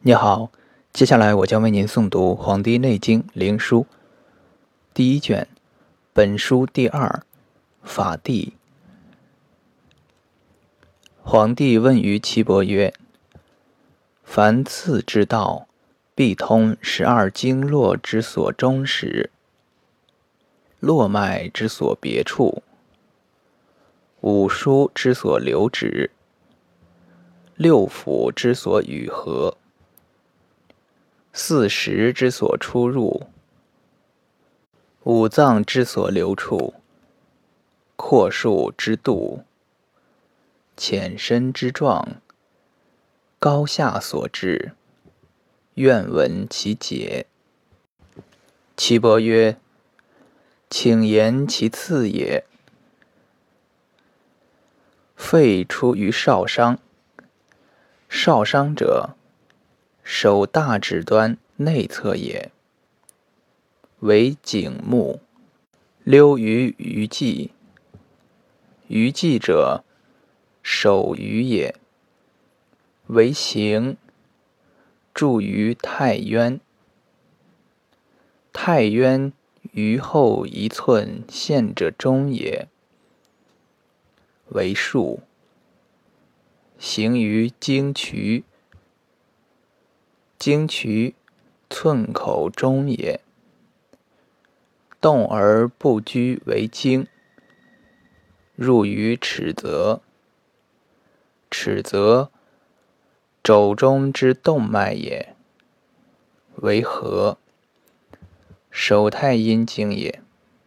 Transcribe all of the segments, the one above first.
你好，接下来我将为您诵读《黄帝内经·灵书》第一卷，本书第2，法地。黄帝问于岐伯曰：凡次之道，必通12经络之所终始，络脉之所别处，五腧之所流止，六腑之所与合，四时之所出入，五脏之所流处，阔数之度，浅深之状，高下所至，愿闻其解。岐伯曰：请言其次也。肺出于少商，少商者，手大指端内侧也，为景目，溜于鱼际。鱼际者，手鱼也，为行，注于太渊。太渊于后1寸陷者中也，为数，行于经渠。经渠寸口中也，动而不居为经。入于尺泽，尺泽，肘中之动脉也，为合，手太阴经也。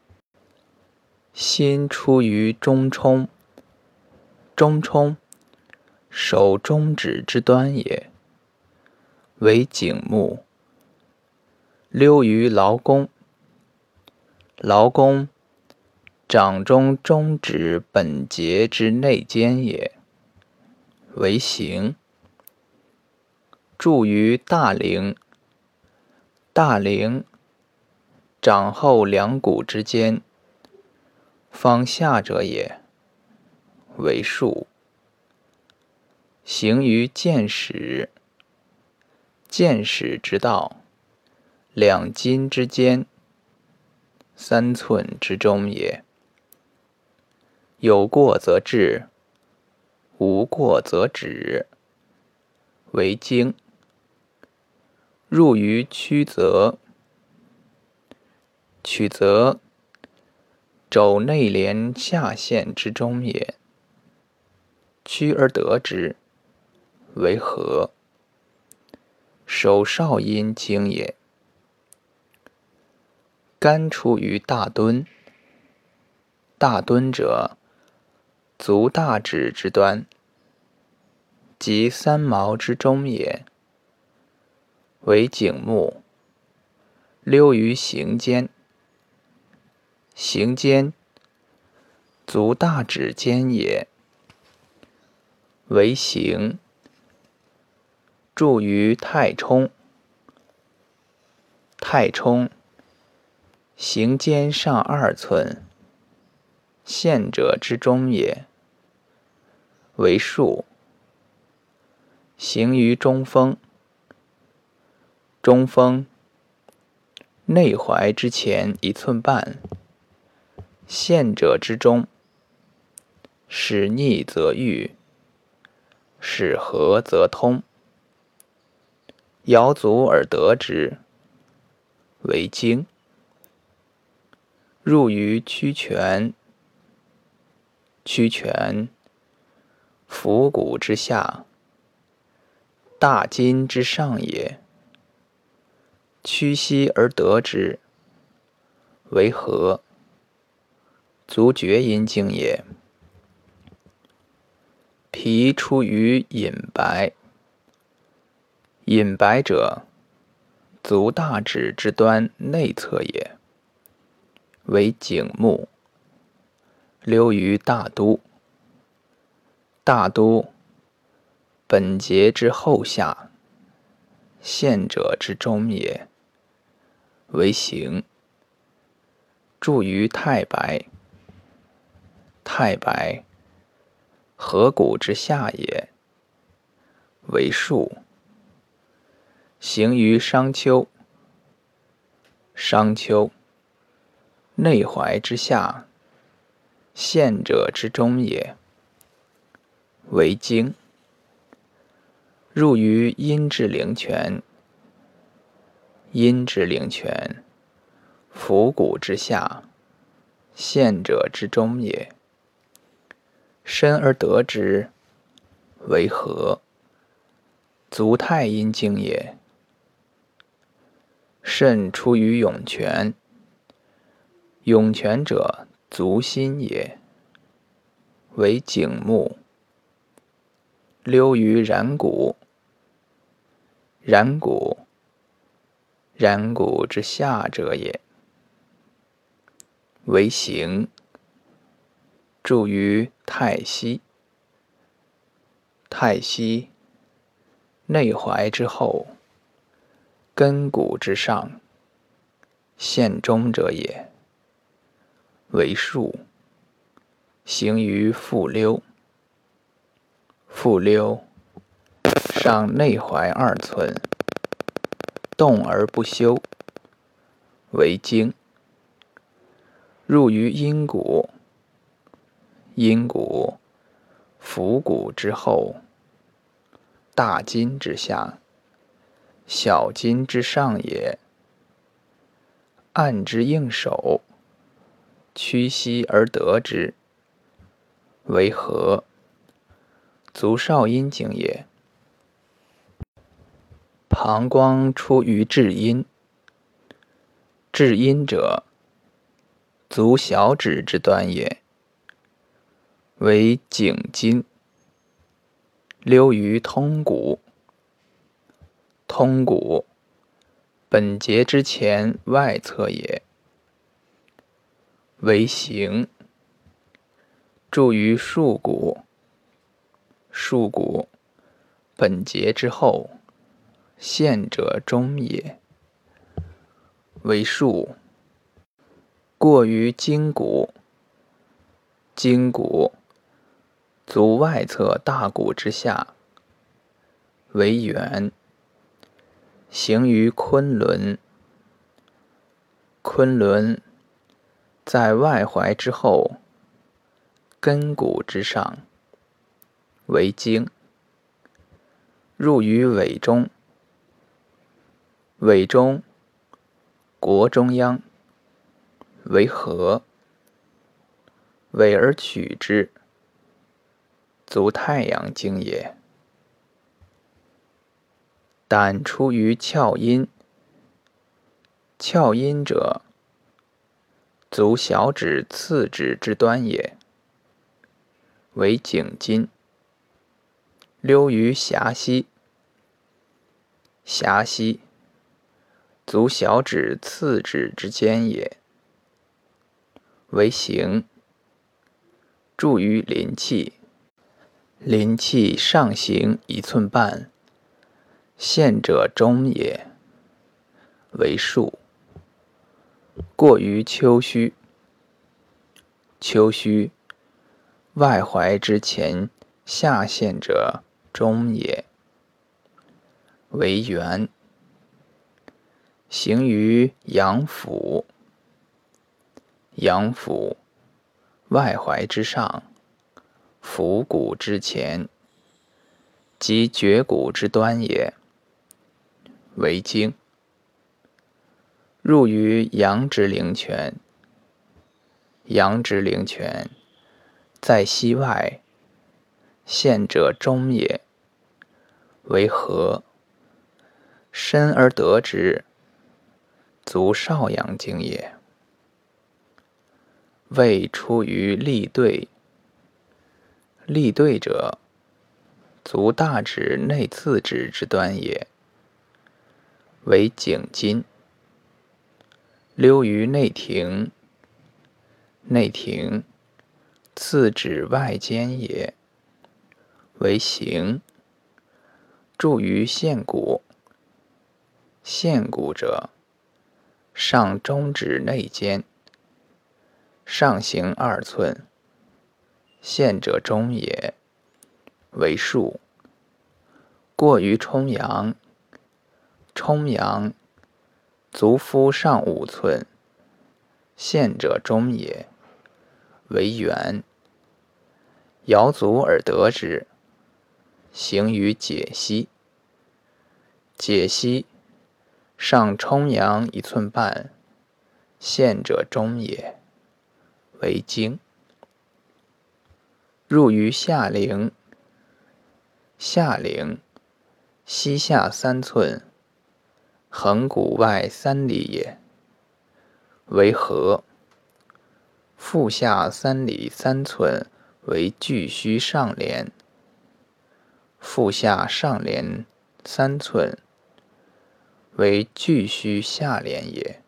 心出于中冲，中冲，手中指之端也，为景目，溜于劳宫。劳宫，掌中中指本节之内间也，为行，注于大陵。大陵，掌后两骨之间，方下者也，为数，行于见始。见始之道，两筋之间，3寸之中也。有过则至，无过则止，为经。入于曲泽，曲泽，肘内连下陷之中也，屈而得之，为合，手少阴经也。肝出于大敦，大敦者，足大指之端，即3毛之中也，为景目，溜于行间。行间，足大指间也，为行，注于太冲。太冲，行间上2寸，陷者之中也，为数，行于中风。中风，内踝之前1寸半，陷者之中，使逆则愈，使合则通。摇足而得之，为经。入于曲泉。曲泉，腹骨之下，大筋之上也，屈膝而得之，为合，足厥阴经也。脾出于隐白。隐白者，足大指之端内侧也，为景目，溜于大都。大都，本节之后下，陷者之中也，为行，注于太白。太白，合谷之下也，为数， 行于商丘。商丘，内踝之下，陷者之中也。为经，入于阴之陵泉。阴之陵泉，腹骨之下，陷者之中也。深而得之，为合。足太阴经也。肾出于涌泉。涌泉者，足心也。为景目。溜于然谷。然谷，然谷之下者也。为行。注于太溪。太溪，内踝之后，根骨之上，陷中者也。为数。行于复溜。复溜，上内踝2寸，动而不休。为经。入于阴谷。阴谷，腹骨之后，大筋之下，小筋之上也。按之应手，屈膝而得之。为合。足少阴经也。膀胱出于至阴。至阴者，足小指之端也。为颈筋。溜于通骨。通骨，本节之前外侧也。为行。注于束骨。束骨，本节之后，陷者中也。为束。过于筋骨。筋骨，足外侧大骨之下。为圆。行于昆仑。昆仑，在外踝之后，根骨之上。为经。入于尾中。尾中，国中央。为合。尾而取之，足太阳经也。胆出于窍阴。窍阴者，足小指次指之端也。为颈筋。溜于狭溪。狭溪，足小指次指之间也。为行。注于临气。临气上行1寸半，陷者中也。为数。过于丘虚。丘虚，外踝之前下陷者中也。为圆。行于阳府。阳府，外踝之上，腹骨之前，即绝骨之端也。为经。入于阳之陵泉。阳之陵泉，在膝外，陷者中也。为合。深而得之，足少阳经也。胃出于利兑。利兑者，足大指内次指之端也。为颈筋。溜于内庭。内庭，次指外间也。为行。注于陷骨。陷骨者，上中指内间，上行2寸，陷者中也。为数。过于冲阳， 冲阳，足夫上5寸，陷者中也，为圆。摇足而得之，行于解析。解析，上冲阳1寸半，陷者中也，为经。入于下陵，下陵，膝下3寸，横骨外3里也，为合。腹下3里3寸，为巨虚上廉。腹下上廉3寸，为巨虚下廉也。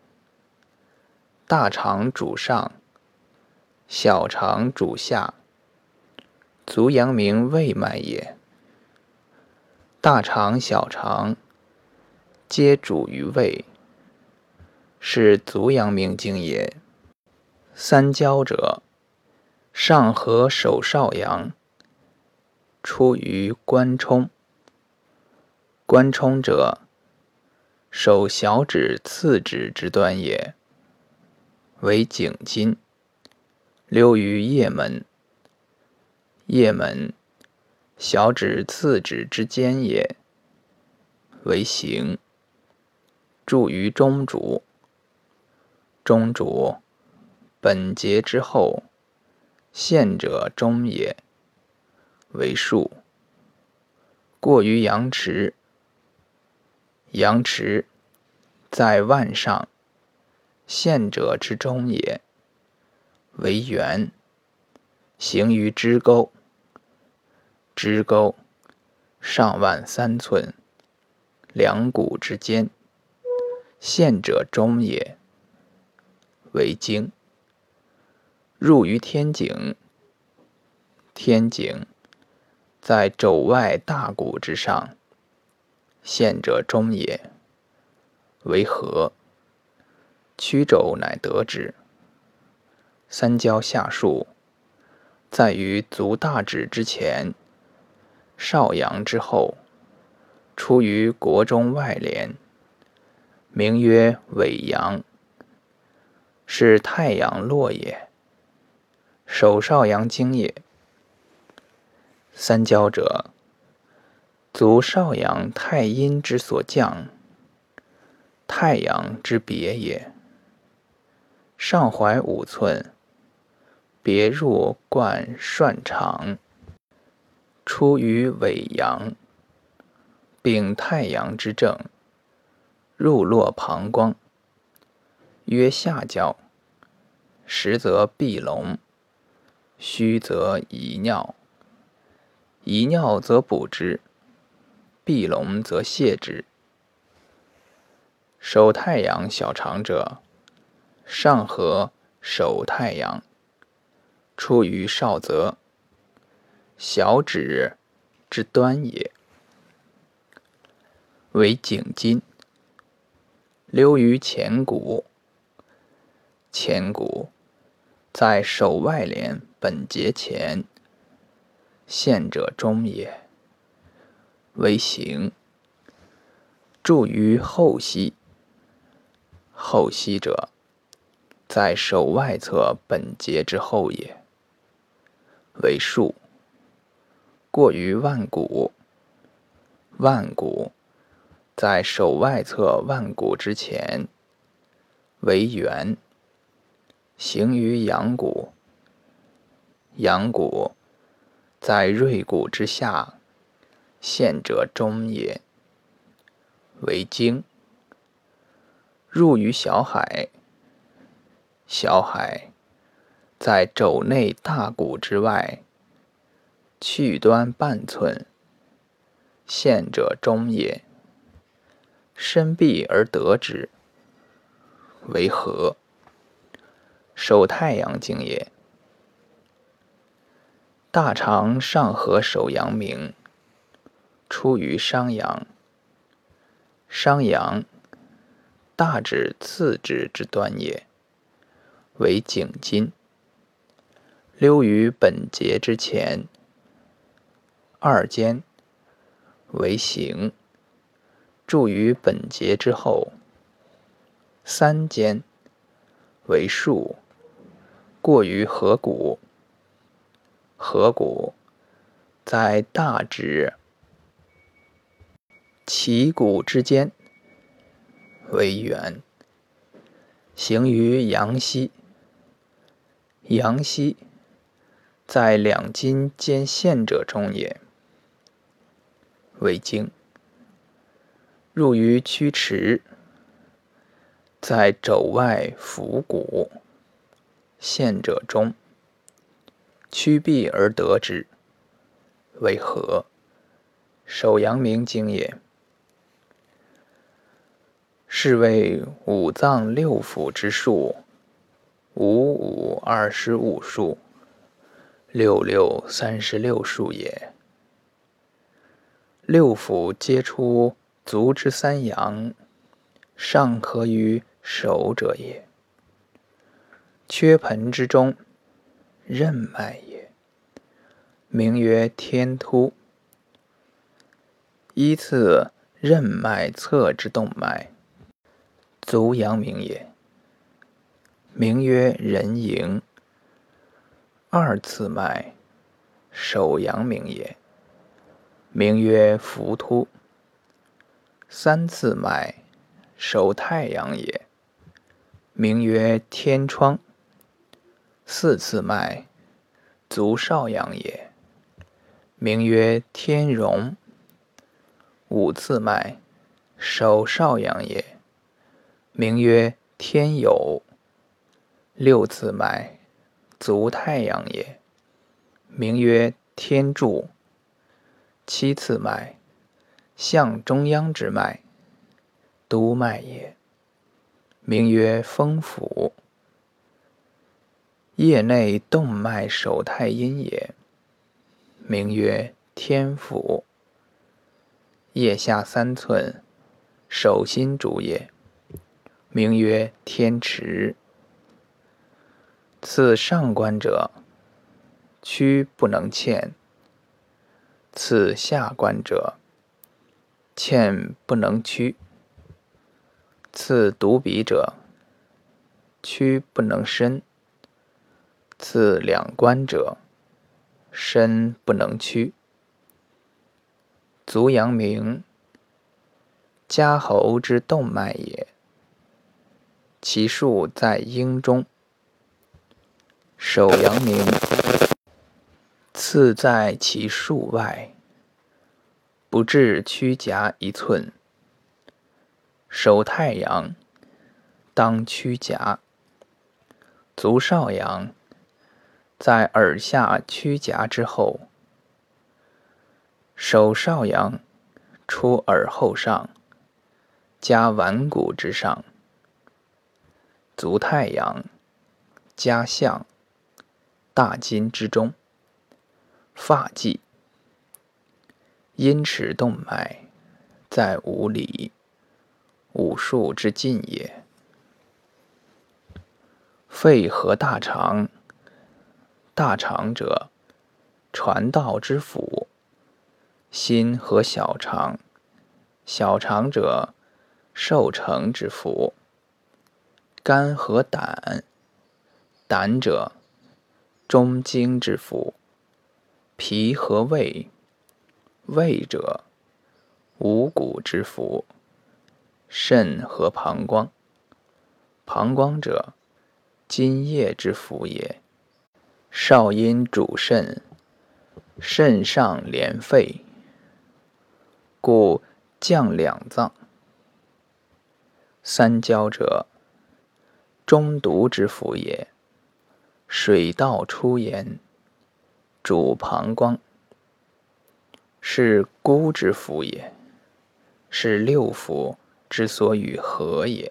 大肠主上，小肠主下，足阳明胃脉也。大肠、小肠皆主于胃，是足阳明经也。三焦者，上合手少阳，出于关冲。关冲者，手小指次指之端也，为颈筋，溜于腋门。腋门，小指次指之间也，为行。注于中主。中主，本节之后，陷者中也，为数。过于阳池。阳池，在腕上，陷者之中也，为圆。行于支沟。支沟，上腕3寸，两骨之间，陷者中也，为经。入于天井。天井，在肘外大骨之上，陷者中也，为合。曲肘乃得之。三焦下束，在于足大指之前，少阳之后，出于国中外廉，名曰尾阳，是太阳络也，手少阳经也。三焦者，足少阳太阴之所降，太阳之别也。上踝5寸，别入贯涮肠，出于尾阳，秉太阳之正，入络膀胱，曰下焦。实则闭笼，虚则遗尿。遗尿则补之，闭笼则泻之。手太阳小肠者，上合手太阳，出于少泽，小指之端也，为颈筋，溜于前骨。前骨，在手外廉本节前，陷者中也，为行。注于后溪。后溪者，在手外侧本节之后也，为数。过于腕骨。腕骨，在手外侧腕骨之前，为圆。行于阳骨。阳骨，在锐骨之下，陷者中也，为经。入于小海。小海，在肘内大骨之外，去端半寸，陷者中也。深闭而得之，为合。手太阳经也。大肠上合手阳明，出于商阳。商阳，大指次指之端也，为颈筋，溜于本节之前，二间，为行。 注于本节之后。三间为数，过于合谷。合谷在大指其骨之间，为圆，行于阳溪。阳溪在两筋间线者中也，为经。入于曲池，在肘外腹骨线者中，曲臂而得之，为合，手阳明经也。是谓五脏六腑之数，五五25数，六六36数也。六腑皆出足之三阳，上合于手者也。缺盆之中，任脉也，名曰天突。依次任脉侧之动脉，足阳明也，名曰人迎。二次脉，手阳明也，名曰浮突。三次脉，手太阳也，名曰天窗。四次脉，足少阳也，名曰天荣。五次脉，手少阳也，名曰天有。六次脉，足太阳也，名曰天柱。七次脉，向中央之脉，督脉也，名曰风府。腋内动脉手太阴也，名曰天府。腋下3寸，手心主也，名曰天池。次上关者，屈不能欠；次下关者，欠不能屈；次犊鼻者，屈不能伸；次两关者，伸不能屈。足阳明，夹喉之动脉也，其数在阴中。手阳明，次在其数外，不至屈夹1寸。手太阳，当屈夹。足少阳，在耳下屈夹之后。手少阳，出耳后上，夹腕骨之上。足太阳，夹项，大筋之中，发际。阴池动脉，在5里，5数之近也。肺合大肠，大肠者，传道之府。心合小肠，小肠者，受承之府。肝合胆，胆者，中经之府。脾合胃，胃者，五谷之府。肾合膀胱，膀胱者，津液之府也。少阴主肾，肾上连肺，故降两脏。三焦者，中毒之府也，水道出焉，主膀胱，是孤之府也，是六腑之所与合也。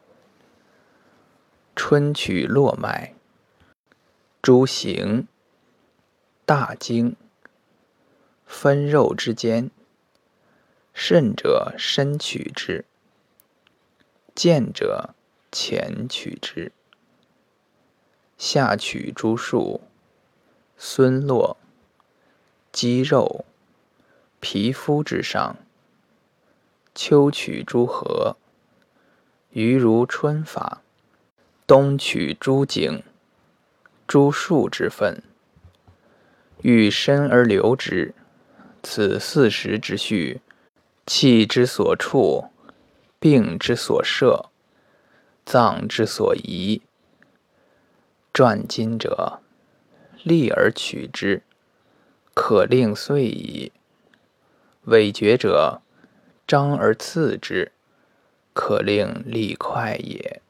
春取络脉，诸行，大经，分肉之间。肾者深取之，见者浅取之。下取诸数，孙络，肌肉，皮肤之上， 秋取诸禾，余如春发；冬取诸茎，诸树之分。欲深而留之，此40之序，气之所处，病之所摄，脏之所宜。传今者，立而取之，可令遂矣；委决者，张而刺之，可令利快也。